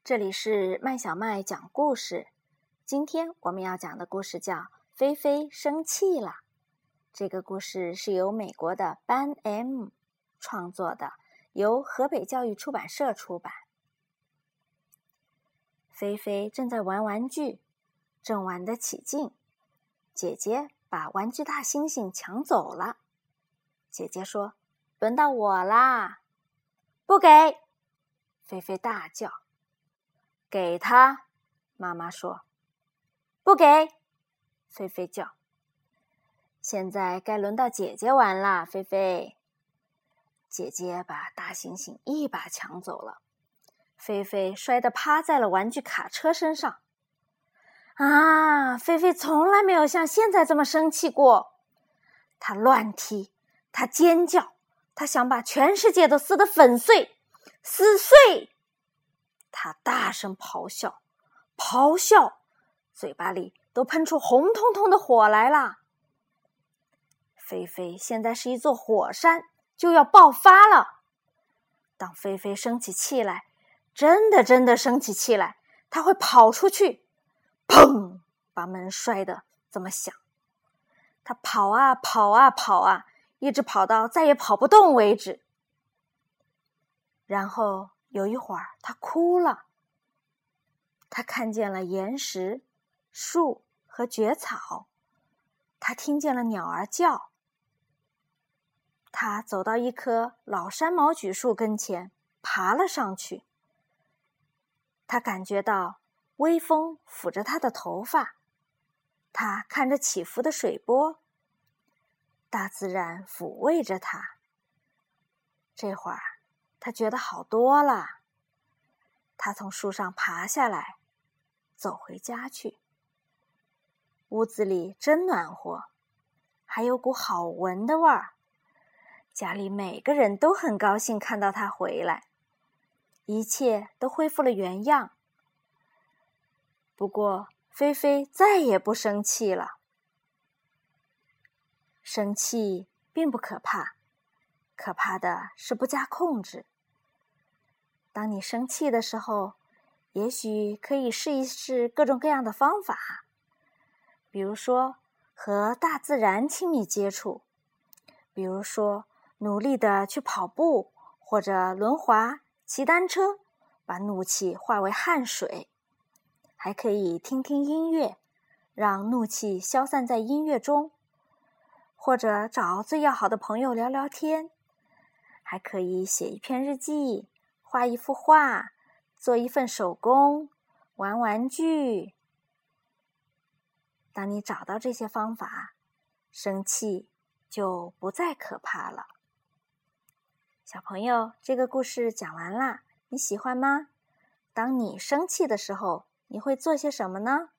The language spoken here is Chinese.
这里是麦小麦讲故事。今天我们要讲的故事叫《菲菲生气了》。这个故事是由美国的班 M 创作的，由河北教育出版社出版。菲菲正在玩玩具，正玩得起劲。姐姐把玩具大猩猩抢走了。姐姐说：“轮到我啦！”不给！菲菲大叫。给他，妈妈说。不给，菲菲叫。现在该轮到姐姐玩啦，菲菲。姐姐把大猩猩一把抢走了，菲菲摔得趴在了玩具卡车身上。菲菲从来没有像现在这么生气过。她乱踢，她尖叫，她想把全世界都撕得粉碎，撕碎。她大声咆哮，嘴巴里都喷出红彤彤的火来了。菲菲现在是一座火山，就要爆发了。当菲菲生起气来，真的生起气来，她会跑出去，砰，把门摔得这么响。她跑啊，一直跑到再也跑不动为止。然后有一会儿她哭了。她看见了岩石、树和蕨草，她听见了鸟儿叫。她走到一棵老山毛榉树跟前，爬了上去。她感觉到微风抚着她的头发，她看着起伏的水波，大自然抚慰着她。这会儿她觉得好多了。她从树上爬下来，走回家去。屋子里真暖和，还有股好闻的味儿。家里每个人都很高兴看到她回来，一切都恢复了原样。不过菲菲再也不生气了。生气并不可怕，可怕的是不加控制。当你生气的时候，也许可以试一试各种各样的方法，比如说和大自然亲密接触，比如说努力的去跑步，或者轮滑、骑单车，把怒气化为汗水。还可以听听音乐，让怒气消散在音乐中，或者找最要好的朋友聊聊天，还可以写一篇日记，画一幅画，做一份手工，玩玩具。当你找到这些方法，生气就不再可怕了。小朋友，这个故事讲完啦，你喜欢吗？当你生气的时候，你会做些什么呢？